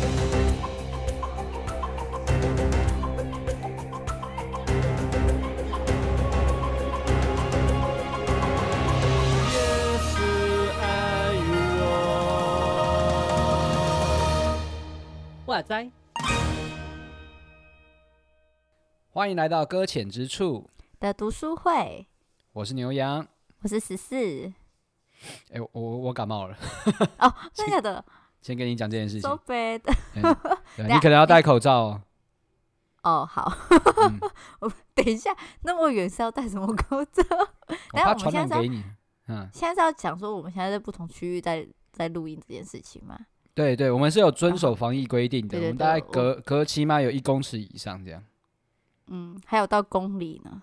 哇塞！ 欢迎来到搁浅之处的读书会， 我是牛羊。 我是14。 我感冒了。 哦，真的假的？ 先跟你讲这件事情。 So bad。 对，你可能要戴口罩哦。 哦，好。我等一下，那么远是要戴什么口罩？ 我怕传染给你。 现在是要讲说我们现在在不同区域在录音这件事情吗？ 对对，我们是有遵守防疫规定的。 对对对， 我们大概隔起码有1公尺以上这样。 还有到公里呢。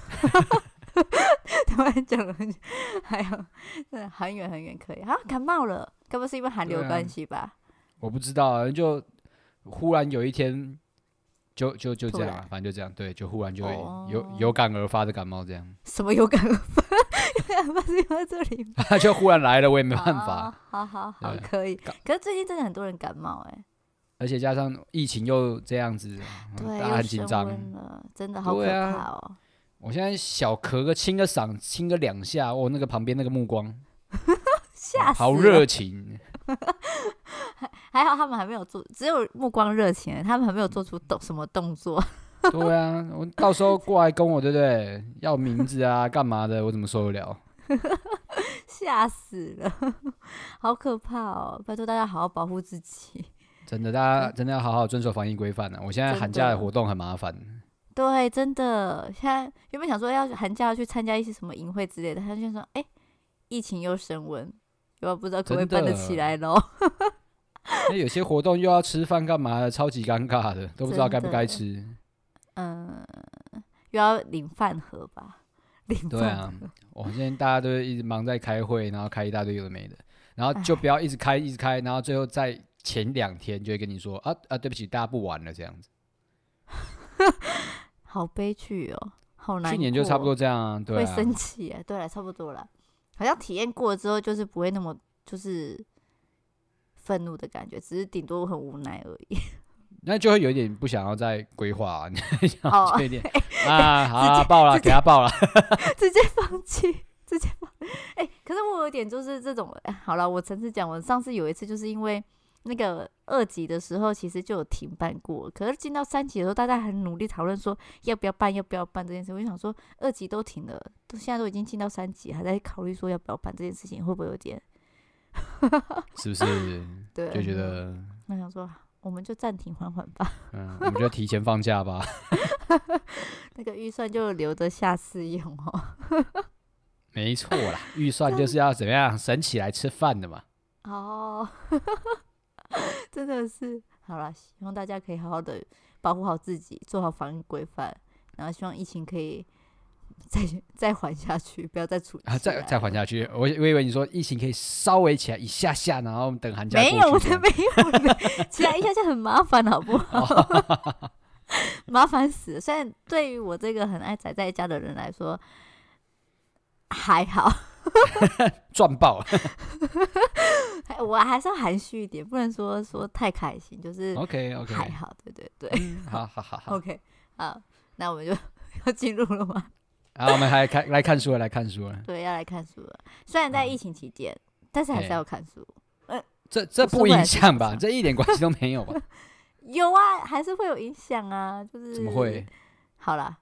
突然讲了很久，还有真的很远很远可以。啊，感冒了，该不是因为寒流关系吧？ 我不知道啊，就忽然有一天就这样啊，反正就这样，对，就忽然就会有感而发的感冒这样。 什么有感而发？有感而发是因为在这里吗？ 就忽然来了，我也没办法。 好，可以。可是最近真的很多人感冒而且加上疫情又这样子， 对， 大家很紧张， 真的好可怕哦。 我现在小咳个清个嗓，清个2下，那个旁边那个目光， 吓死了， 好热情。 还好他们还没有做，只有目光热情，他们还没有做出什么动作。 对啊，我到时候过来跟我，对不对？要名字啊，干嘛的？我怎么受得了？ 吓死了，好可怕哦！拜托大家好好保护自己。 真的，大家真的要好好遵守防疫规范啊！我现在寒假的活动很麻烦。 对，真的，现在原本想说要寒假要去参加一些什么营会之类的，他就说，疫情又升温，又不知道可不可以办得起来咯。 那有些活动又要吃饭干嘛的，超级尴尬的，都不知道该不该吃。 又要领饭盒吧？ 对啊，我现在大家都一直忙在开会，然后开一大堆有的没的，然后就不要一直开，然后最后在前2天就会跟你说对不起，大家不玩了这样子。 好悲剧哦，好难过。 去年就差不多这样啊，对啊， 会生气对了，差不多了。好像体验过了之后，就是不会那么就是愤怒的感觉，只是顶多很无奈而已。那就会有一点不想要再规划，你想有点好爆了，给他爆了， 直接放弃，直接放弃。可是我有点就是这种，好了，我诚实讲，我上次有一次就是因为那个2级的时候，其实就有停办过，可是进到3级的时候，大家很努力讨论说要不要办这件事。我就想说，2级都停了，现在都已经进到3级，还在考虑说要不要办这件事情，会不会有点？ 是不是？ 对， 就觉得我想说，我们就暂停缓缓吧。 我们就提前放假吧。 那个预算就留着下次用哦。 没错啦，预算就是要怎么样省起来吃饭的嘛。 真的是好啦，希望大家可以好好的保护好自己，做好防疫规范，然后希望疫情可以再缓下去，不要再出再缓下去。我以为你说疫情可以稍微起来一下下，然后等寒假过去。 没有，我才没有，起来一下下很麻烦，好不好？麻烦死了。虽然对于我这个很爱宅在家的人来说，还好。 赚爆了。 我还是要含蓄一点，不能说太开心，就是 OK 还好，对， 好 OK 好，那我们就要进入了吗？ 好，我们来看书了， 对，要来看书了。虽然在疫情期间，但是还是要看书。 这不影响吧？这一点关系都没有吧？ 有啊，还是会有影响啊，就是怎么会？ 好啦，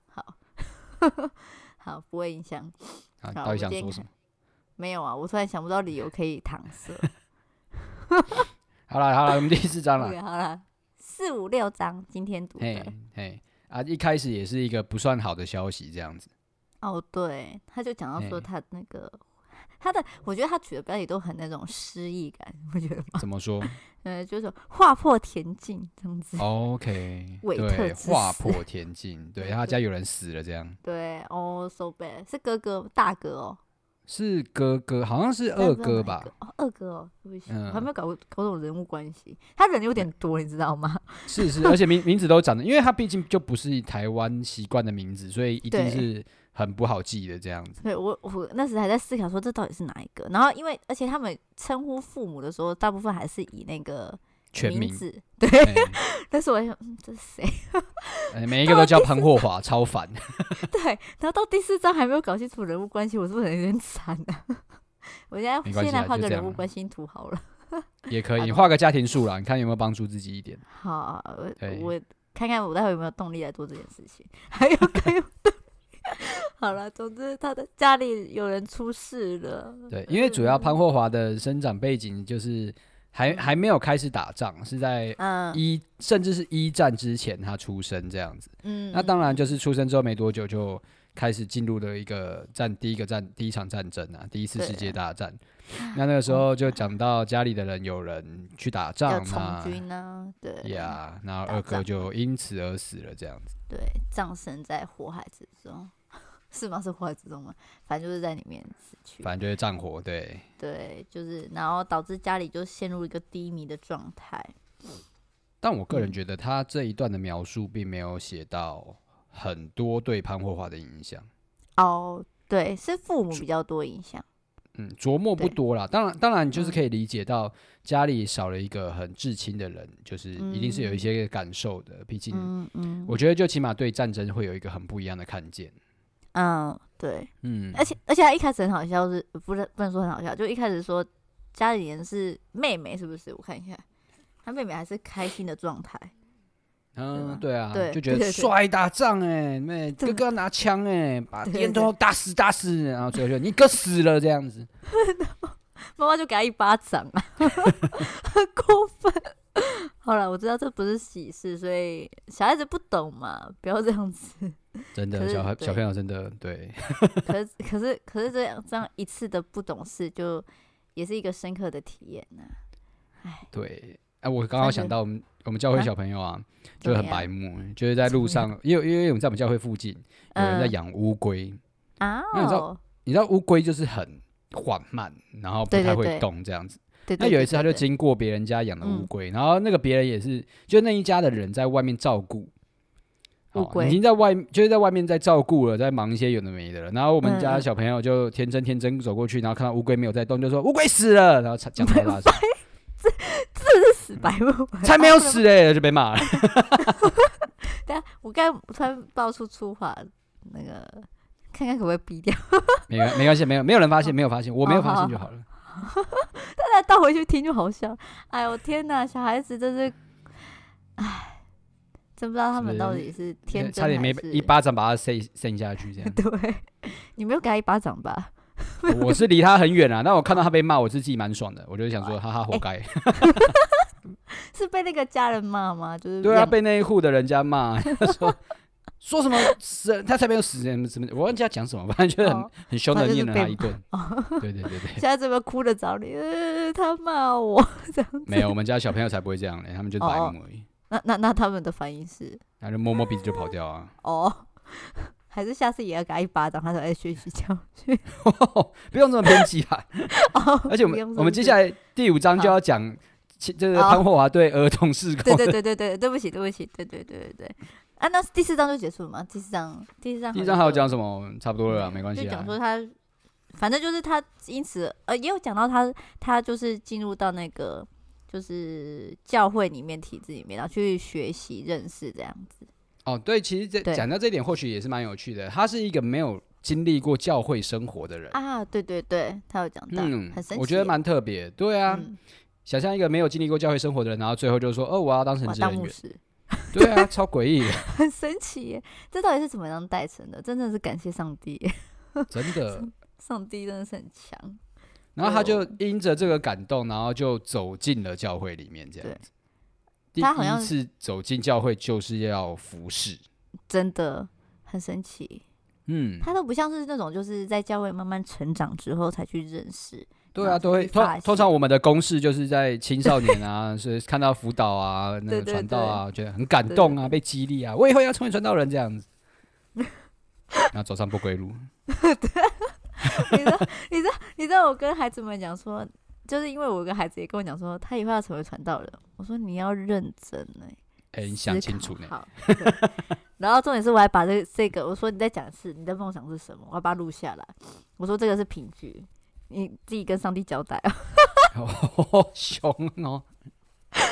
好，不会影响。 到底想说什么？ 没有啊，我突然想不到理由可以搪塞。 好了，我们第4章了。 好了，4、5、6章，今天读的。 一开始也是一个不算好的消息，这样子。 对，他就讲到说他那个我觉得他取的标题都很那种诗意感，不觉得吗？ 怎么说？ 就是划破田径这样子。 OK， 对，划破田径，对，他家有人死了这样。 对，so bad， 是大哥哦。 是哥哥，好像是2哥吧？ 二哥哦，对不起，我还没有搞懂人物关系。他人有点多，你知道吗？ 是，而且名字都长得，因为他毕竟就不是台湾习惯的名字，所以一定是很不好记的这样子。 对，我那时还在思考说这到底是哪一个，然后而且他们称呼父母的时候，大部分还是以那个全名名字，对。但是我想，这是谁？ 每一个都叫潘霍华，超烦。 对，然后到第4章还没有搞清楚人物关系，我是不是有点惨啊？我现在没关系先来画个就这样人物关系图好了。 也可以，你画个家庭树啦，你看有没有帮助自己一点。 好， 对我看看我待会有没有动力来做这件事情，还有动力。好了，总之他的家里有人出事了。 对，因为主要潘霍华的生长背景就是还没有开始打仗，是在甚至是1战之前他出生这样子。那当然就是出生之后没多久就开始进入了第一场战争啊，第1次世界大战。那个时候就讲到家里的人有人去打仗要从军啊，对呀，然后二哥就因此而死了这样子。 对，葬身在火海之中。是吗？是火海之中吗？反正就是在里面死去。 反正就是战火，对。 对，就是然后导致家里就陷入一个低迷的状态。 但我个人觉得他这一段的描述并没有写到很多对潘霍华的影响。 哦，对，是父母比较多影响。 琢磨不多啦。当然就是可以理解到家里少了一个很至亲的人，就是一定是有一些感受的。毕竟，我觉得就起码对战争会有一个很不一样的看见。 对，而且他一开始很好笑，是不能说很好笑，就一开始说家里人是妹妹，是不是？我看一下，他妹妹还是开心的状态。 对啊， 对， 就觉得帅打仗哥哥拿枪把敌人都打死，然后最后就你哥死了这样子， 妈妈就给他一巴掌啊，很过分。好了，我知道这不是喜事，所以小孩子不懂嘛，不要这样子。 真的，小朋友真的对。 可是这样一次的不懂事，就也是一个深刻的体验呐。 对，我刚刚想到我们教会小朋友啊，就很白目，就是在路上，因为我们在我们教会附近有人在养乌龟啊。你知道乌龟就是很缓慢，然后不太会动这样子。那有一次他就经过别人家养的乌龟，然后那个别人也是，就那一家的人在外面照顾乌龟，已经就是在外面在照顾了，在忙一些有的没的了。然后我们家小朋友就天真走过去，然后看到乌龟没有在动，就说乌龟死了，然后讲超大声， 这是死白目， 才没有死就被骂了。 对啊，我刚才突然爆出粗话，那个看看可不可以逼掉？ 没关系，没有人发现，没有发现，我没有发现就好了。 大家倒回去听就好笑。哎呦天哪，小孩子真是，哎，真不知道他们到底是天真差点没一巴掌把他塞下去这样。 对，你没有给他一巴掌吧？ 我是离他很远啊，但我看到他被骂，我是自己蛮爽的，我就想说，哈哈，活该。 是被那个家人骂吗？就是对啊，被那一户的人家骂，说什么死，他才没有死什么，我忘记他讲什么，反正就很凶的念了他一顿。对。 现在怎么哭得着你？他骂我这样子。 没有，我们家小朋友才不会这样嘞，他们就白目而已。 那他们的反应是？ 那就摸摸鼻子就跑掉啊。 还是下次也要给他一巴掌，他才学习教训。 不用这么偏激吧。而且我们接下来第5章就要讲这个潘霍华对儿童事工。 对不起，对。啊，那第4章就结束了吗？第四章还有讲什么？差不多了，没关系。 就讲说他，反正就是他因此也有讲到他就是进入到那个就是教会里面体制里面，然后去学习认识这样子。对， 其实讲到这一点，或许也是蛮有趣的。他是一个没有经历过教会生活的人啊，对，他有讲到，很神奇， 我觉得蛮特别。对啊，想象一个没有经历过教会生活的人，然后最后就说：“我要当神职人员。”对啊，超诡异的， 很神奇耶！这到底是怎么样带成的？真的是感谢上帝耶，真的，上帝真的是很强。 然后他就因着这个感动，然后就走进了教会里面，这样子。第一次走进教会就是要服侍， 真的很神奇。他都不像是那种就是在教会慢慢成长之后才去认识。 对啊，都会通常我们的公式就是在青少年啊，是看到辅导啊、那个传道啊，觉得很感动啊，被激励啊，我以后要成为传道人这样子，然后走上不归路。 你知道我跟孩子们讲说，就是因为我有个孩子也跟我讲说，他以后要成为传道人，我说你要认真你想清楚呢。 好，然后重点是我还把这个，我说你再讲一次，你的梦想是什么？我要把它录下来。我说这个是凭据。你自己跟上帝交代啊！ 凶哦！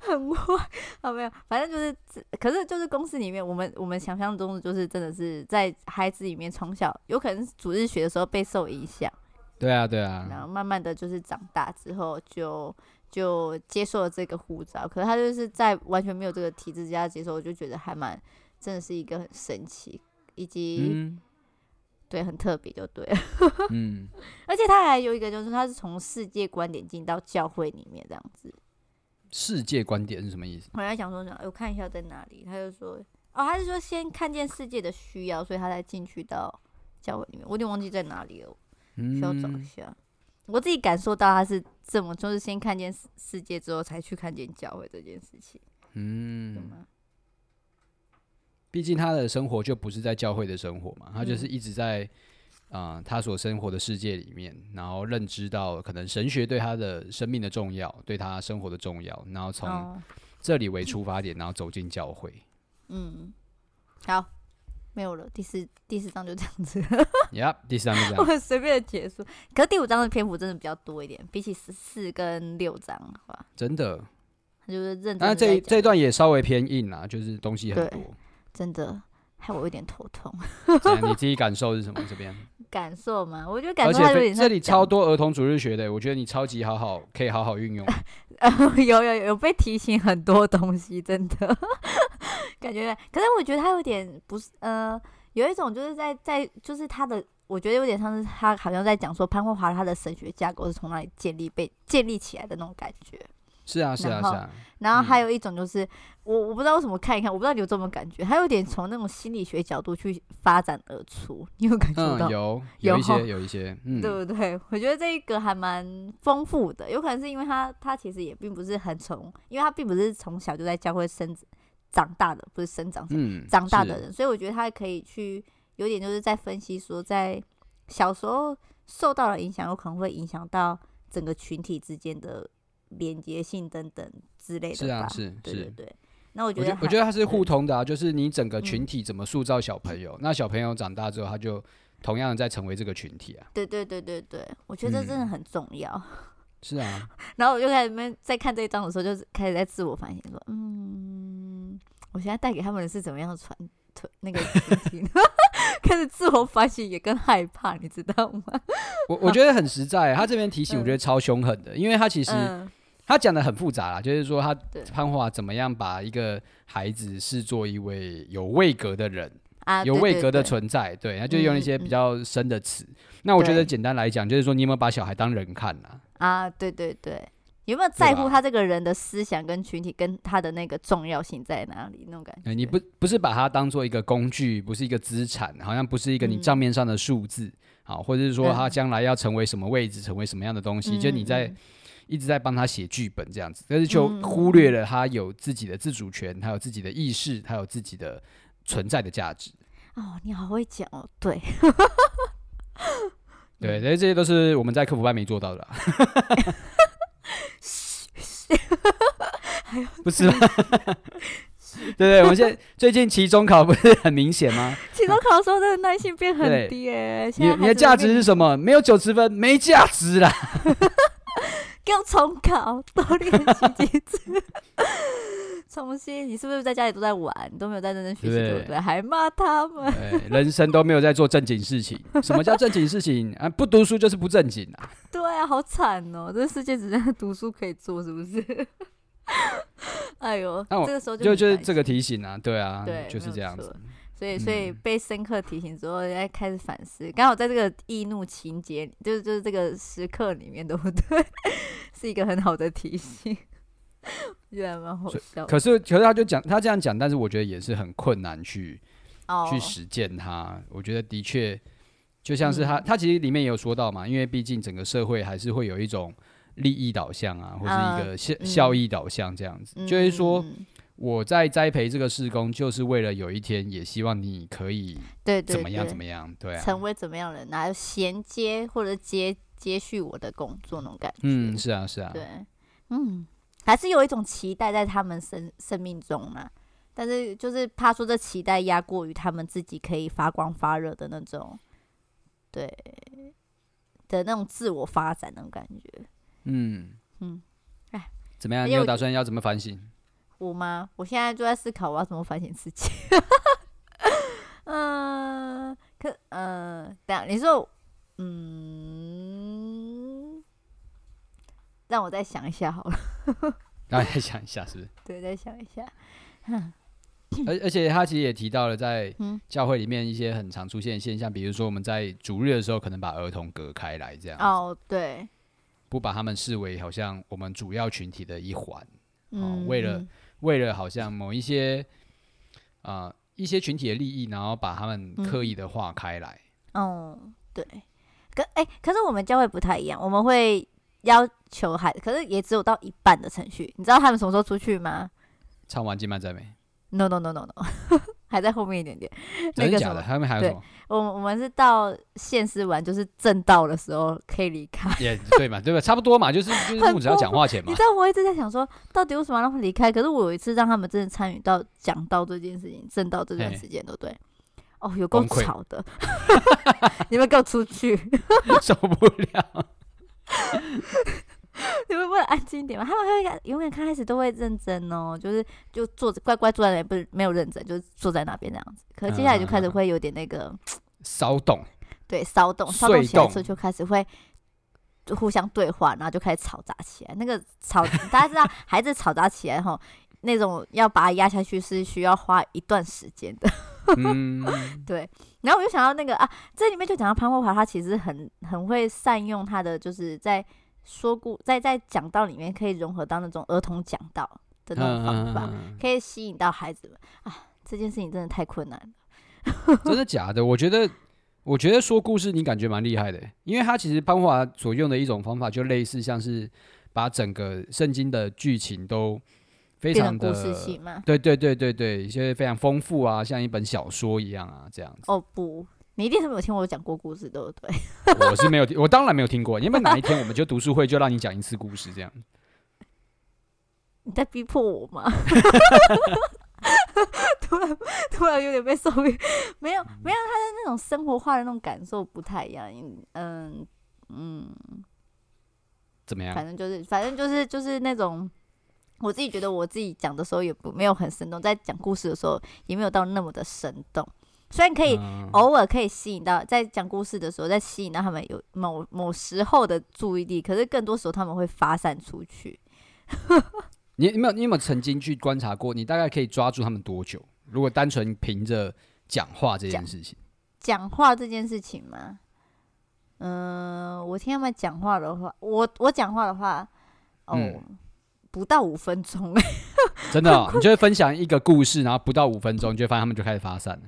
很坏啊，没有，反正就是，可是就是公司里面，我们想象中的就是真的是在孩子里面从小有可能是主日学的时候备受影响， 对啊，对啊， 然后慢慢的就是长大之后就接受了这个护照，可是他就是在完全没有这个体制之下接受，我就觉得还蛮真的是一个很神奇，以及、对很特别就对了，而且他还有一个就是他是从世界观点进到教会里面这样子。 世界观点是什么意思？ 我在想说，我看一下在哪里，他就说，他是说先看见世界的需要，所以他才进去到教会里面。我有点忘记在哪里了，需要找一下。我自己感受到他是这么，就是先看见世界之后，才去看见教会这件事情。对吗？ 毕竟他的生活就不是在教会的生活嘛，他就是一直在他所生活的世界里面，然后认知到可能神学对他的生命的重要，对他生活的重要，然后从这里为出发点，然后走进教会。 好，没有了，第四章就这样子。 第4章就这样。 我很随便的结束，可是第5章的篇幅真的比较多一点，比起4跟6章的话， 真的。 他就是认真的。 但这一段也稍微偏硬啦，就是东西很多， 真的。害我有点头痛。 你自己感受是什么？这边感受嘛，我觉得感受它有点像。 这里超多儿童主日学的，我觉得你超级可以好好运用。 有被提醒很多东西，真的感觉。可是我觉得他有点不是有一种就是在就是他的，我觉得有点像是他好像在讲说潘霍华他的神学架构是从哪里被建立起来的那种感觉。 是啊。 然后还有一种就是，我不知道为什么看一看，我不知道你有这种感觉，还有点从那种心理学角度去发展而出，你有感觉到？ 有一些， 对不对？我觉得这一个还蛮丰富的，有可能是因为他其实也并不是因为他并不是从小就在教会长大的，不是生长长大的人，所以我觉得他可以去有点就是在分析说，在小时候受到的影响，有可能会影响到整个群体之间的连结性等等之类的吧。 是， 对。那我觉得它是互通的啊，就是你整个群体怎么塑造小朋友，那小朋友长大之后，他就同样在成为这个群体啊。 对，我觉得这真的很重要。 是啊。 然后我就开始在看这一章的时候，就开始在自我反省说，我现在带给他们的是怎么样的那个群体呢？开始自我反省也更害怕，你知道吗？ 我觉得很实在，他这边提醒我觉得超凶狠的，因为他其实他讲的很复杂啦，就是说他潘华怎么样把一个孩子视作一位有位格的人，有位格的存在，对，他就用一些比较深的词。那我觉得简单来讲，就是说你有没有把小孩当人看啊？ 对，有没有在乎他这个人的思想跟群体跟他的那个重要性在哪里那种感觉？ 你不是把它当做一个工具，不是一个资产，好像不是一个你账面上的数字，好，或者是说他将来要成为什么位置，成为什么样的东西，就你一直在帮他写剧本这样子，但是就忽略了他有自己的自主权，他有自己的意识，他有自己的存在的价值。 你好会讲哦，对。 对，这些都是我们在客服班没做到的不是吗？对，我们现在最近期中考不是很明显吗？ 期中考的时候，真的耐心变很低耶。 你的价值是什么？没有90分，没价值啦。 给我重考，多练习几次。重新，你是不是在家里都在玩，都没有在认真学习，对不对？还骂他们， 对，人生都没有在做正经事情。什么叫正经事情啊？不读书就是不正经啊！ 对啊，好惨哦！这世界只剩读书可以做，是不是？哎呦，这个时候就是这个提醒啊，对啊， 对， 就是这样子。 所以被深刻提醒之后，再开始反思。刚好在这个易怒情节，就是这个时刻里面，对不对？是一个很好的提醒。我觉得还蛮好笑的。 可是他这样讲，但是我觉得也是很困难去实践它。我觉得的确，就像是他其实里面也有说到嘛，因为毕竟整个社会还是会有一种利益导向啊，或是一个效益导向这样子。就是说，我在栽培这个事工，就是为了有一天也希望你可以怎么样怎么样，对啊， 成为怎么样的人，然后衔接或者接续我的工作那种感觉。 是啊， 对，还是有一种期待在他们生命中嘛，但是就是怕说这期待压过于他们自己可以发光发热的那种，对的那种自我发展那种感觉。 怎么样？你有打算要怎么反省？ 我吗？我现在就在思考我要怎么反省自己。等下你说，让我再想一下好了。 然后再想一下，是不是？ 对，再想一下。 而且他其实也提到了，在教会里面一些很常出现的现象，比如说我们在主日的时候，可能把儿童隔开来，这样子。 哦，对， 不把他们视为好像我们主要群体的一环。为了好像某一些一些群体的利益，然后把他们刻意的划开来。 对。可是我们教会不太一样，我们会要求孩子，可是也只有到一半的程序。你知道他们什么时候出去吗？ 唱完敬拜赞美 ？No， 还在后面一点点。 真的假的？他们还有什么？ 我们是到献诗完，就是正道的时候可以离开。 也对嘛，对吧？差不多嘛，就是牧者要讲话前嘛。 你知道我一直在想说，到底为什么要让他们离开？可是我有一次让他们真的参与到讲道这件事情，正道这段时间，对不对？有够吵的，你们给我出去！ 受不了。 你们不能安静一点吗？他们会永远刚开始都会认真哦，就坐乖乖坐在那里，不是没有认真，就是坐在那边这样子。可是接下来就开始会有点那个骚动， 对，骚动起来之后就开始会互相对话，然后就开始吵杂起来。那个大家知道，孩子吵杂起来后，那种要把它压下去是需要花一段时间的。对。然后我就想到那个这里面就讲到潘霍华，他其实很会善用他的，就是在在讲道里面可以融合到那种儿童讲道的那种方法，可以吸引到孩子们这件事情真的太困难了。 真的假的？我觉得说故事你感觉蛮厉害的，因为他其实潘霍华所用的一种方法，就类似像是把整个圣经的剧情都非常的故事性嘛。 对，一些非常丰富啊，像一本小说一样啊，这样子。 不。你一定是没有听我讲过故事，对不对？ 我是没有，我当然没有听过。你有没有哪一天我们就读书会就让你讲一次故事这样？ 你在逼迫我吗？突然有点被受欲，没有，他的那种生活化的那种感受不太一样。 怎么样？ 反正就是那种，我自己觉得我自己讲的时候也没有很生动，在讲故事的时候也没有到那么的生动。虽然可以偶尔可以吸引到，在讲故事的时候，在吸引到他们有某时候的注意力，可是更多时候他们会发散出去。 你有没有曾经去观察过？你大概可以抓住他们多久？如果单纯凭着讲话这件事情， 讲话这件事情吗？我听他们讲话的话，我讲话的话，不到5分钟。 真的你就会分享一个故事，然后不到5分钟，你就会发现他们就开始发散了。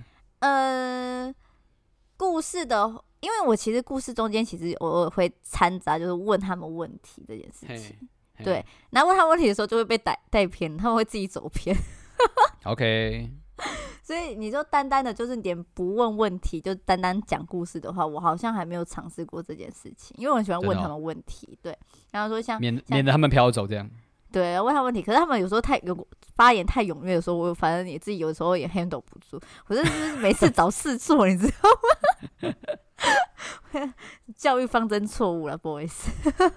故事的，因为我其实故事中间其实偶尔会掺杂，就是问他们问题这件事情。对，然后问他问题的时候就会被带偏，他们会自己走偏。 OK。 所以你就单单的，就是连不问问题，就单单讲故事的话，我好像还没有尝试过这件事情，因为我很喜欢问他们问题。对，然后说像免得他们飘走这样。 对，问他问题，可是他们有时候发言太踊跃的时候，我反正你自己有时候也 handle 不住，我就是每次找事做，你知道吗？教育方针错误了，不好意思。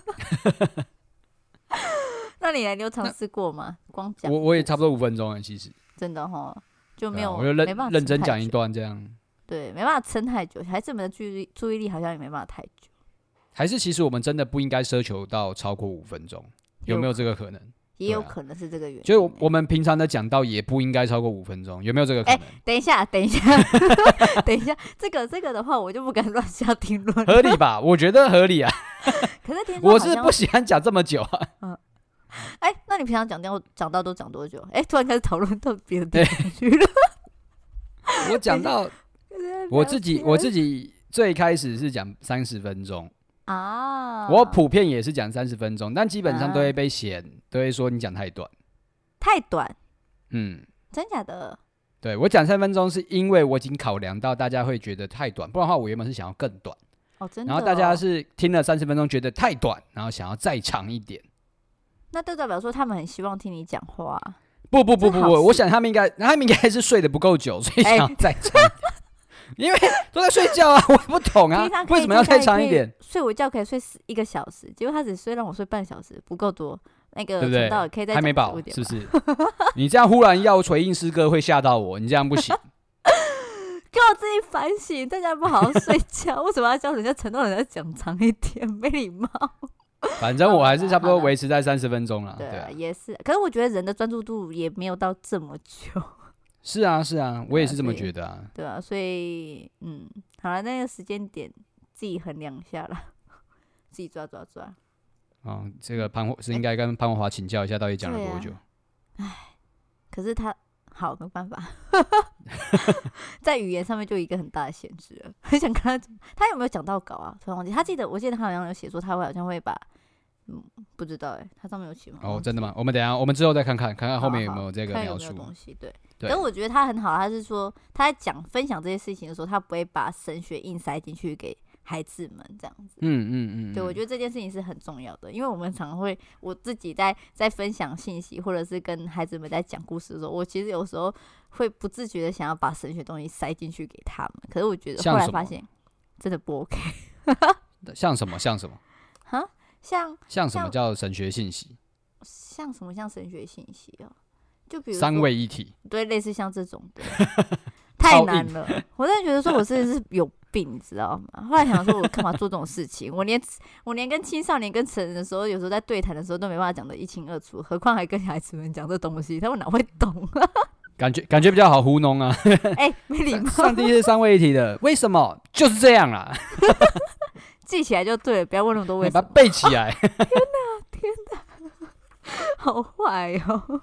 那你有尝试过吗？光讲我也差不多5分钟了，其实真的就没有， 我就认真讲一段这样。 对，没办法撑太久，孩子们的注意力好像也没办法太久。 还是其实我们真的不应该奢求到超过5分钟，有没有这个可能？ 也有可能是这个原因。 就是我们平常的讲道也不应该超过5分钟，有没有这个可能？ 等一下，等一下，这个的话，我就不敢乱下定论。 合理吧？我觉得合理啊。 可是我是不喜欢讲这么久啊。 那你平常讲到都讲多久？突然开始讨论到别的地方去了。 我讲到我自己最开始是讲30分钟啊，我普遍也是讲30分钟，但基本上都会被嫌，都会说你讲太短。 太短？真假的？ 对，我讲3分钟是因为我已经考量到大家会觉得太短，不然的话我原本是想要更短。 真的。 然后大家是听了30分钟觉得太短，然后想要再长一点。 那就代表说他们很希望听你讲话。 不，我想他们应该是睡得不够久，所以想要再长一点。因为都在睡觉啊，我也不懂啊，为什么要再长一点？ 睡午觉可以睡1个小时，结果他只睡让我睡半小时，不够多。 那个对不对？ 可以再还没饱是不是？你这样忽然要回应诗歌会吓到我，你这样不行。 给我自己反省，在家不好好睡觉，为什么要叫人家承诺人家讲长一点？没礼貌。 反正我还是差不多维持在30分钟了。 对啊， 也是。可是我觉得人的专注度也没有到这么久。 是啊，我也是这么觉得啊。 对啊，所以好了，那个时间点自己衡量一下啦，自己抓。 哦，这个是应该跟潘国华请教一下，到底讲了多久？ 可是他好没办法，在语言上面就一个很大的限制了。很想看他有没有讲到稿啊？突然忘记，我记得他好像有写说他好像会把，不知道他上面有写吗？ 哦，真的吗？我们之后再看看后面有没有这个描述。 看有没有东西，对。可是我觉得他很好，他是说他在分享这些事情的时候，他不会把神学硬塞进去给孩子们这样子。对，我觉得这件事情是很重要的，因为我们常会我自己在分享信息，或者是跟孩子们在讲故事的时候，我其实有时候会不自觉的想要把神学东西塞进去给他们，可是我觉得后来发现真的不 OK。 像什么？ 哈？像什么叫神学信息？ 像什么像神学信息哦？就比如三位一体， 对，类似像这种的，太难了。我真的觉得说我真的是有病，你知道吗？后来想说，我干嘛做这种事情？我连跟青少年、跟成人的时候，有时候在对谈的时候都没办法讲得一清二楚，何况还跟孩子们讲这东西，他们哪会懂？ 感觉比较好糊弄啊。 没礼貌。 上帝是三位一体的，为什么？就是这样啦。 记起来就对了，不要问那么多为什么。 把它背起来。 天哪，好坏哦。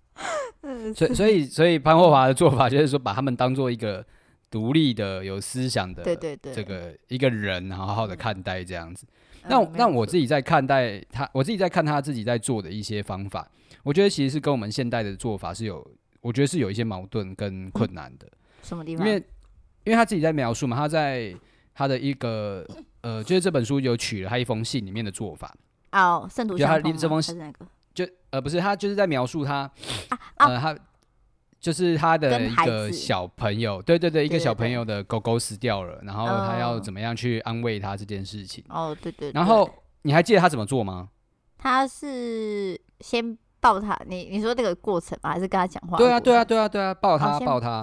所以潘霍华的做法就是说，把他们当做一个独立的、有思想的， 对， 这个一个人，好好的看待这样子。那我自己在看待他，我自己在看他自己在做的一些方法，我觉得其实是跟我们现代的做法我觉得是有一些矛盾跟困难的。 什么地方？ 因为他自己在描述嘛，他在他的一个就是这本书有取了他一封信里面的做法。 圣徒相通吗？还是那个？ 不是，他就是在描述他，他就是他的一个小朋友，对，一个小朋友的狗狗死掉了，然后他要怎么样去安慰他这件事情。 对。 然后你还记得他怎么做吗？ 他是先抱他，你说这个过程吗？还是跟他讲话？ 对啊，抱他，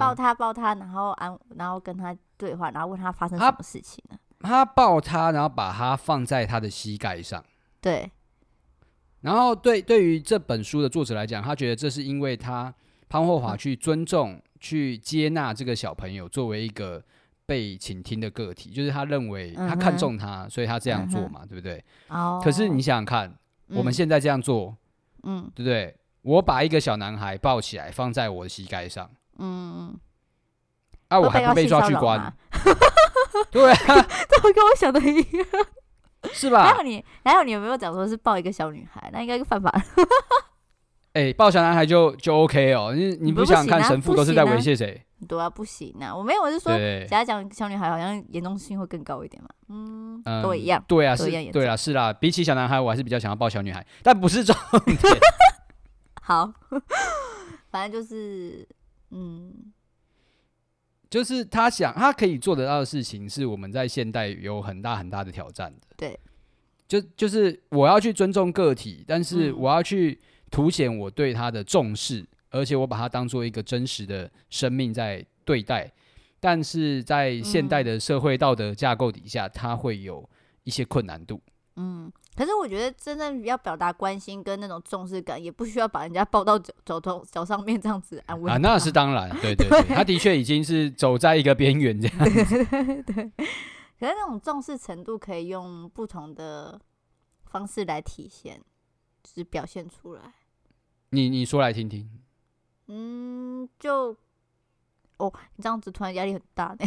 然后跟他对话，然后问他发生什么事情呢？ 他抱他，然后把他放在他的膝盖上。 对。 然后对于这本书的作者来讲，他觉得这是因为潘霍华去尊重、去接纳这个小朋友作为一个被倾听的个体，就是他认为他看中他，所以他这样做嘛，对不对？可是你想想看，我们现在这样做，对不对？我把一个小男孩抱起来放在我的膝盖上，我还不被抓去关？对啊， 这跟我想的一样。 是吧？ 还有你有没有讲说是抱一个小女孩？那应该是犯法了。 抱小男孩就 OK 哦。你不想想看，神父都是在猥亵谁？ 对啊，不行啊！我没有，我是说，假如讲小女孩好像严重性会更高一点嘛。跟我一样。 对啊，是啦。比起小男孩，我还是比较想要抱小女孩，但不是重点。 好，反正就是， 就是他可以做得到的事情，是我们在现代有很大很大的挑战的。 对， 就是我要去尊重个体，但是我要去凸显我对他的重视，而且我把他当做一个真实的生命在对待。但是在现代的社会道德架构底下，他会有一些困难度。 可是我觉得真正要表达关心跟那种重视感，也不需要把人家抱到脚上面这样子安慰那是当然，对，他的确已经是走在一个边缘这样子。 对。可是那种重视程度可以用不同的方式来体现，就是表现出来。 你说来听听。 你这样子突然压力很大呢。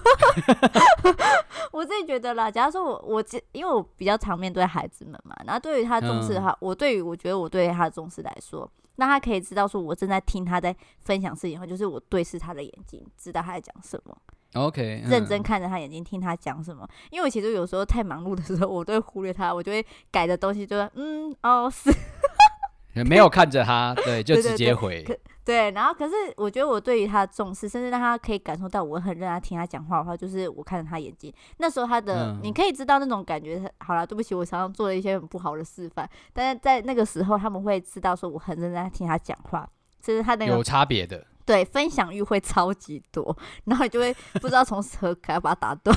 我自己觉得啦，假如说因为我比较常面对孩子们嘛，然后对于他重视他，我觉得我对他的重视来说，那他可以知道说我正在听他在分享事情后，就是我对视他的眼睛，知道他在讲什么。 OK， 认真看着他眼睛，听他讲什么。因为其实有时候太忙碌的时候，我都会忽略他，我就会改的东西就会是。 没有看着他，对，就直接回。 对，然后可是我觉得我对于他的重视，甚至让他可以感受到我很认真听他讲话的话，就是我看着他眼睛，那时候他的、你可以知道那种感觉。好啦，对不起，我常常做了一些很不好的示范，但是在那个时候他们会知道说我很认真在听他讲话，就是他那个有差别的， 对，分享欲会超级多，然后你就会不知道从何开把他打断。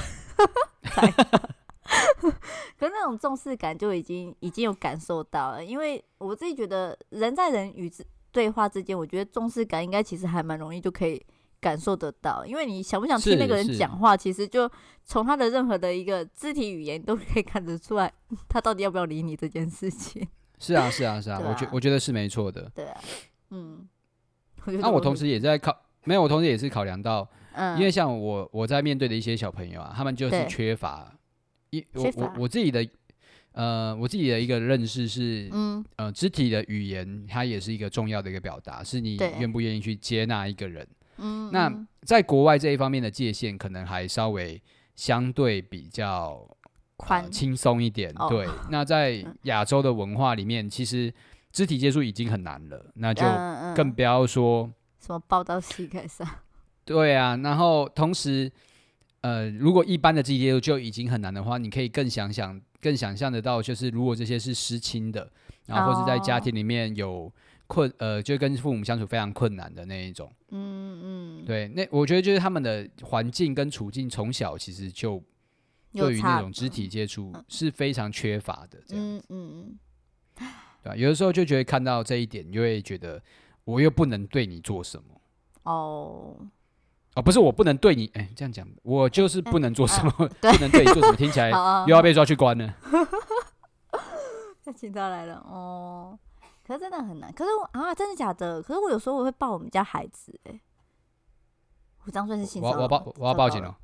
可是那种重视感就已经有感受到了，因为我自己觉得人在人与对话之间，我觉得重视感应该其实还蛮容易就可以感受得到，因为你想不想听那个人讲话，其实就从他的任何的一个肢体语言都可以看得出来，他到底要不要理你这件事情。 是啊，我觉得是没错的。 对啊， 那我同时也在我同时也是考量到，因为像我在面对的一些小朋友啊，他们就是缺乏，我自己的。我自己的一个认识是，肢体的语言它也是一个重要的一个表达，是你愿不愿意去接纳一个人。那在国外这一方面的界限可能还稍微相对比较轻松一点。对，那在亚洲的文化里面，其实肢体接触已经很难了，那就更不要说什么抱到膝盖上。 对啊，然后同时，如果一般的肢体接触就已经很难的话，你可以更想象得到，就是如果这些是失亲的，然后或是在家庭里面有就跟父母相处非常困难的那一种，对，那我觉得就是他们的环境跟处境从小其实就对于那种肢体接触是非常缺乏的，这样子，对吧？有的时候就觉得看到这一点，你就会觉得我又不能对你做什么，不是我不能对你，这样讲，我就是不能做什么，不能对你做什么，听起来又要被抓去关了。 警察来了可是真的很难。可是真的假的？可是我有时候我会抱我们家孩子，我这样算是性骚扰？ 我要报警了。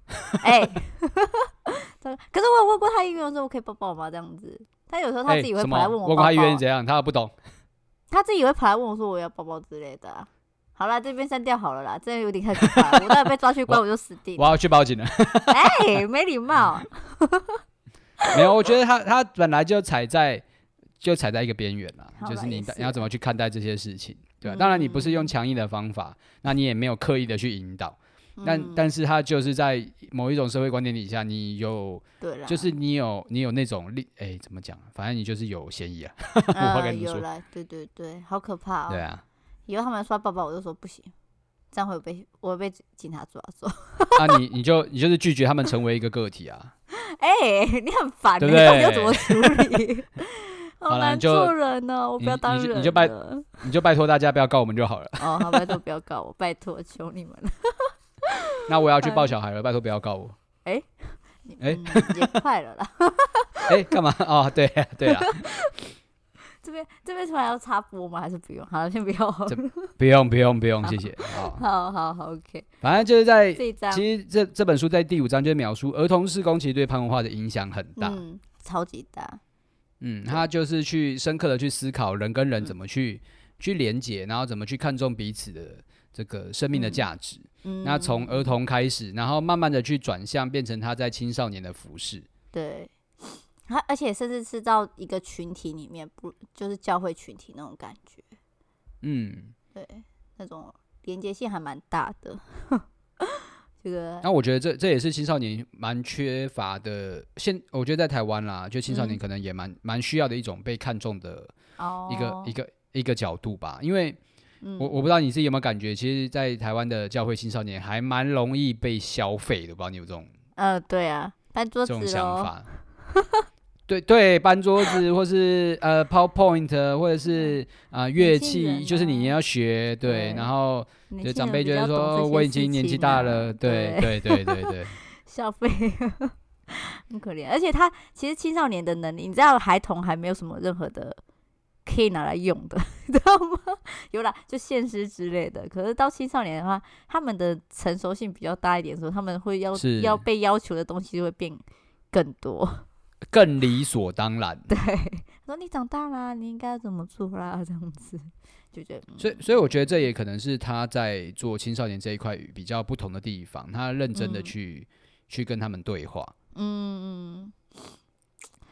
可是我有问过他医院说，我可以抱抱吗？这样子，他有时候他自己会跑来问我抱抱。 问过他医院怎样，他不懂。 他自己会跑来问我说我要抱抱之类的啊。好啦，这边删掉好了啦，这有点太可怕了。我待会被抓去关，我就死定了。 我要去报警了。 没礼貌。 没有，我觉得他本来就踩在一个边缘啦，就是你要怎么去看待这些事情，对吧？当然你不是用强硬的方法，那你也没有刻意的去引导，但是他就是在某一种社会观点底下，你有，就是你有那种怎么讲？反正你就是有嫌疑啊。我跟你说， 有啦，对，好可怕哦。 对啊。 以后他们刷抱抱，我就说不行，这样我会被警察抓走。 你就是拒绝他们成为一个个体啊。 你很烦， 对不对？ 你到底要怎么处理？好难做人哦，我不要当人了。 你就拜托大家不要告我们就好了。 好，拜托不要告我，拜托求你们了。 那我要去抱小孩了，拜托不要告我。 也快了啦。 干嘛？对啊。 这边突然要插播吗？还是不用？好了，先不要。 不用，谢谢。 好 ，OK。 反正就是在这一章， 其实这本书在第5章就描述儿童事工其实对潘文化的影响很大， 超级大。 他就是去深刻的去思考人跟人怎么去连结，然后怎么去看重彼此的这个生命的价值。那从儿童开始，然后慢慢的去转向，变成他在青少年的服事。 对。而且甚至是到一个群体里面，不就是教会群体那种感觉？对，那种连接性还蛮大的。这个， 那我觉得这也是青少年蛮缺乏的。我觉得在台湾啦，就青少年可能也蛮需要的一种被看重的一个角度吧。因为我不知道你自己有没有感觉，其实，在台湾的教会青少年还蛮容易被消费的。不知道你有这种对啊，搬桌子这种想法。对，搬桌子或是PowerPoint 或者是乐器，就是你要学，对，然后长辈觉得说我已经年纪大了，对， 消费很可怜。而且他其实青少年的能力，你知道孩童还没有什么任何的可以拿来用的，你知道吗？有啦，就现实之类的。可是到青少年的话，他们的成熟性比较大一点的时候，他们会要被要求的东西就会变更多。 更理所当然。 对，说你长大啦，你应该怎么做啦，这样子就觉得。 所以我觉得这也可能是他在做青少年这一块比较不同的地方，他认真的去跟他们对话。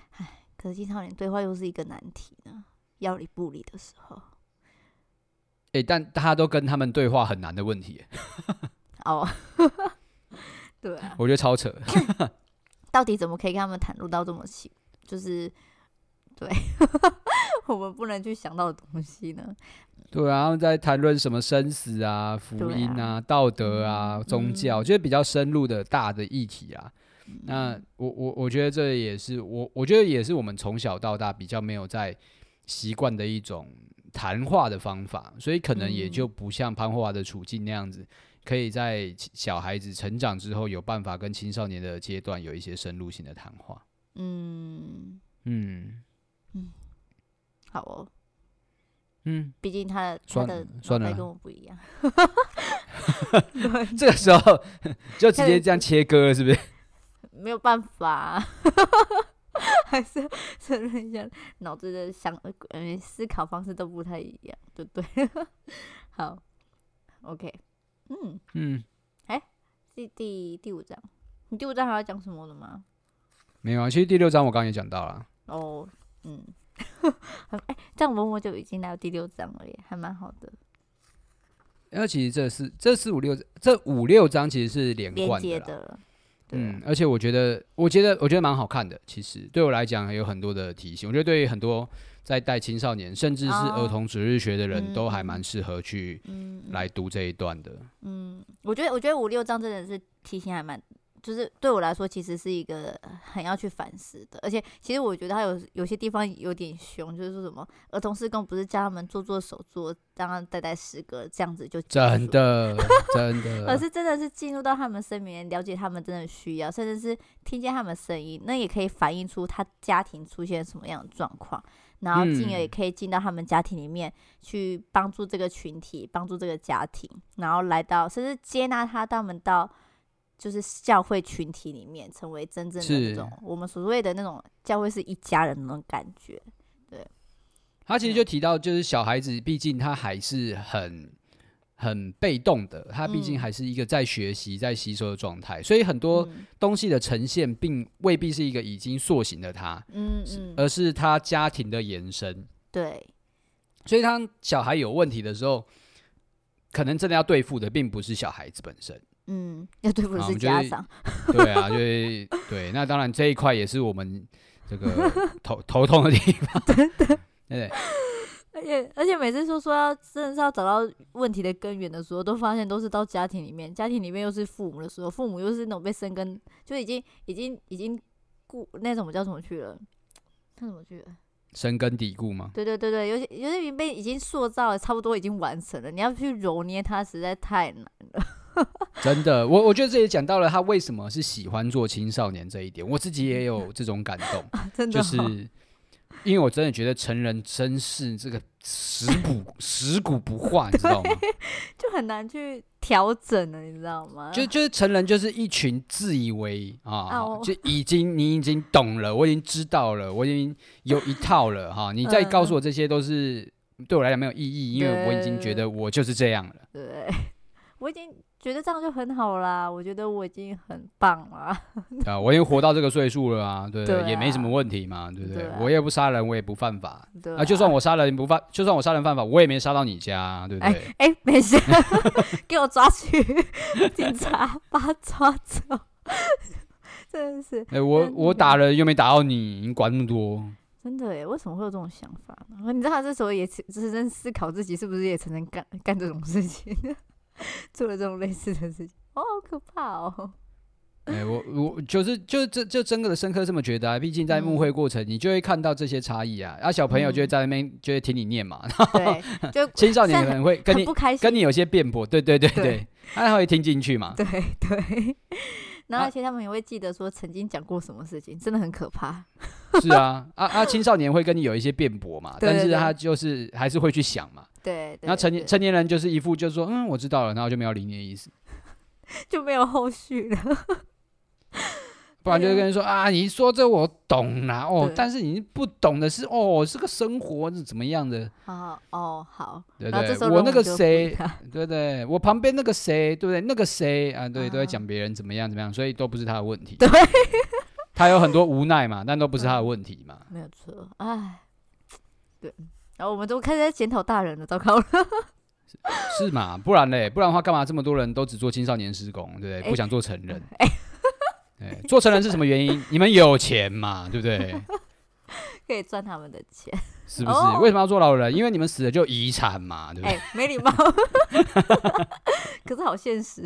可是青少年对话又是一个难题呢，要理不理的时候。 但他都跟他们对话很难的问题。 哦，对啊， 我觉得超扯。 到底怎么可以跟他们袒露到这么细？就是对我们不能去想到的东西呢？ 对啊，他们在谈论什么生死啊、福音啊、道德啊、宗教，就是比较深入的大的议题啊。那我觉得这也是我觉得也是我们从小到大比较没有在习惯的一种谈话的方法，所以可能也就不像潘霍华的处境那样子，可以在小孩子成长之后有办法跟青少年的阶段有一些深入性的谈话。 好哦。毕竟他的脑袋跟我不一样。 这个时候就直接这样切割了，是不是？ 没有办法，还是承认一下，脑子的思考方式都不太一样，就对了。好 ，OK， 第5章，你第5章还要讲什么的吗？ 没有啊，其实第6章我刚刚也讲到了。 哦，这样默就已经来到第6章了耶，还蛮好的。 因为其实这5、6章其实是连贯的啦。而且我觉得蛮好看的。其实对我来讲有很多的提醒，我觉得对于很多在带青少年甚至是儿童主日学的人都还蛮适合去来读这一段的。 我觉得5、6章真的是提醒还蛮。就是对我来说，其实是一个很要去反思的，而且其实我觉得他有些地方有点凶，就是说什么儿童事工不是叫他们做手作，让他们带诗歌，这样子就真的， 而是真的是进入到他们生命，了解他们真的需要，甚至是听见他们声音，那也可以反映出他家庭出现什么样的状况，然后进而也可以进到他们家庭里面去帮助这个群体，帮助这个家庭，然后来到甚至接纳他们到。就是教会群体里面，成为真正的那种我们所谓的那种教会是一家人的那种感觉。对， 他其实就提到，就是小孩子，毕竟他还是很被动的，他毕竟还是一个在学习、在吸收的状态，所以很多东西的呈现，并未必是一个已经塑形的他，而是他家庭的延伸。 对， 所以当小孩有问题的时候，可能真的要对付的，并不是小孩子本身。 要对付的是家长。 对啊，对，那当然这一块也是我们这个头痛的地方。 真的， 对。 而且每次说要真的是要找到问题的根源的时候，都发现都是到家庭里面又是父母的时候，父母又是那种被生根，就已经那种叫什么去了？那什么去了？ 深根蒂固吗？ 对，有些已经塑造了，差不多已经完成了，你要去揉捏它，实在太难了。 真的，我觉得这也讲到了他为什么是喜欢做青少年这一点，我自己也有这种感动。 真的就是因为我真的觉得成人真是这个食古不化，你知道吗？ 就很难去调整了，你知道吗？ 就是成人就是一群自以为就你已经懂了，我已经知道了，我已经有一套了哈，你再告诉我这些都是对我来讲没有意义，因为我已经觉得我就是这样了。 对，我已经觉得这样就很好啦，我觉得我已经很棒了。 我已经活到这个岁数了啊，对，也没什么问题嘛，对不对？我也不杀人，我也不犯法，就算我杀人犯法，我也没杀到你家，对不对？ 没事，给我抓去，警察把他抓走，真的是。 我打人又没打到你，你管那么多？ 真的耶，为什么会有这种想法呢？你知道他这时候也认真思考自己是不是也曾经干这种事情，做了这种类似的事情，好可怕哦。 我就真的深刻这么觉得啊，毕竟在牧会过程，你就会看到这些差异啊，小朋友就会在那边就会听你念嘛， 对，就青少年可能会跟你有些辩驳，对，他会听进去嘛， 对，然后而且他们也会记得说曾经讲过什么事情，真的很可怕。 是啊，青少年会跟你有一些辩驳嘛，但是他就是还是会去想嘛， 对， 然后成年人就是一副就是说我知道了，然后就没有理你的意思， 就没有后续了。 不然就会跟人说你说这我懂啦但是你不懂的是是个生活是怎么样的好， 对不对？我那个谁，对不对？我旁边那个谁，对不对？那个谁对，都在讲别人怎么样，所以都不是他的问题。 对， 他有很多无奈嘛，但都不是他的问题嘛。 没有错，对。然后我们都开始在检讨大人了，糟糕了。 是嘛？不然嘞，不然的话干嘛这么多人都只做青少年施工，对不对？不想做成人。做成人是什么原因？你们有钱嘛，对不对？ 可以赚他们的钱， 是不是？为什么要做老人？因为你们死了就遗产嘛，对不对？ 没礼貌。可是好现实。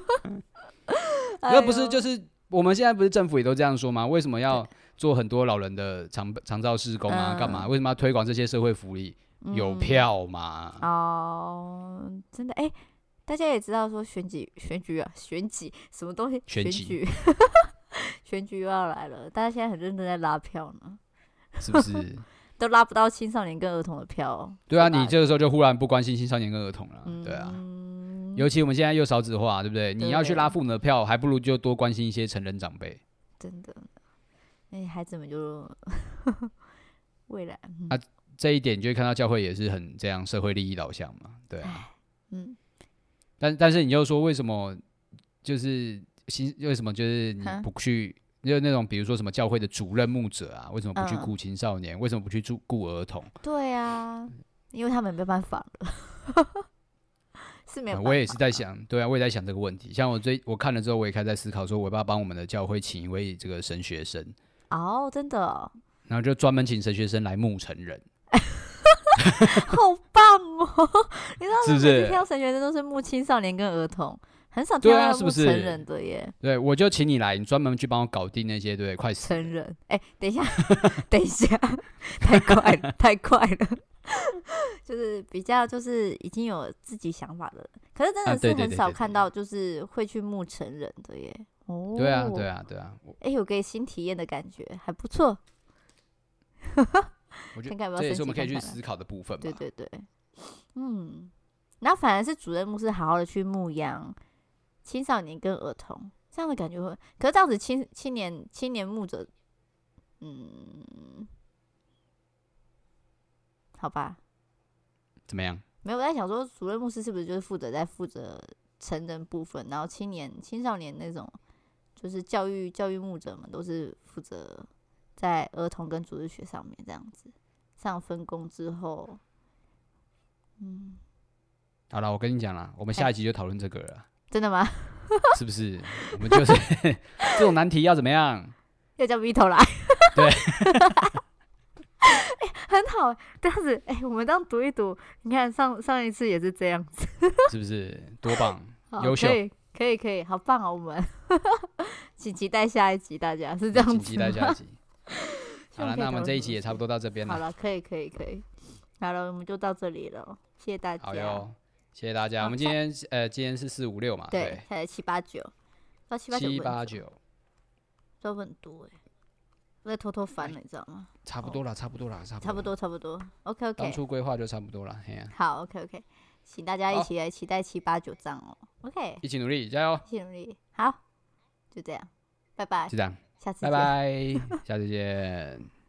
那不是就是我们现在不是政府也都这样说吗？为什么要做很多老人的长照施工啊？干嘛？为什么要推广这些社会福利？有票嘛？ 真的大家也知道说选举什么东西？选举又要来了，大家现在很认真在拉票呢， 是不是？ 都拉不到青少年跟儿童的票。 对啊，你这个时候就忽然不关心青少年跟儿童了，对啊。尤其我们现在又少子化，对不对？你要去拉父母的票，还不如就多关心一些成人长辈。 真的，孩子们就未来这一点你就会看到教会也是很这样社会利益导向嘛，对啊。但是你又说为什么就是为什么就是你不去就是那种比如说什么教会的主任牧者啊，为什么不去顾青少年？为什么不去顾儿童？ 对啊，因为他们没办法了。是没有办法。 我也是在想，对啊，我也在想这个问题。像我看了之后，我也开始在思考说，我要不要帮我们的教会请一位这个神学生？ 真的哦。 然后就专门请神学生来牧成人。 好棒哦！你知道是不是？ 挑神学生都是牧青少年跟儿童，很少挑到牧成人的耶。 对，我就请你来，你专门去帮我搞定那些对快死成人。等一下，等一下，太快了。就是比较就是已经有自己想法的，可是真的是很少看到就是会去牧成人的耶。 对啊。 有个新体验的感觉，还不错。 我觉得这也是我们可以去思考的部分吧。 对，然后反而是主任牧师好好的去牧养青少年跟儿童，这样的感觉会。可是这样子青年牧者，好吧， 怎么样？ 没有，我在想说，主任牧师是不是就是负责成人部分，然后青少年那种就是教育牧者们都是负责在儿童跟主日学上面这样子上分工之后， 好了，我跟你讲啦，我们下一集就讨论这个了。 真的吗？ 是不是？我们就是这种难题要怎么样？ 要叫 Vito 来。 对。 很好，这样子，我们这样读一读，你看上一次也是这样子， 是不是多棒，优秀？ 可以，好棒哦！我们请期待下一集，大家是这样子， 请期待下一集。好了，那我们这一集也差不多到这边了。 好了，可以，好了，我们就到这里了，谢谢大家。 好哟，谢谢大家。我们今天是4、5、6嘛，对， 才7、8、9，到7、8、9，都很多我在偷偷翻了，你知道吗？ 差不多了。 OK。 当初规划就差不多了， 好 ，OK， 请大家一起来期待7、8、9章哦。OK， 一起努力，加油！ 一起努力，好，就这样，拜拜。 就这样， 下次见， 拜拜，下次见。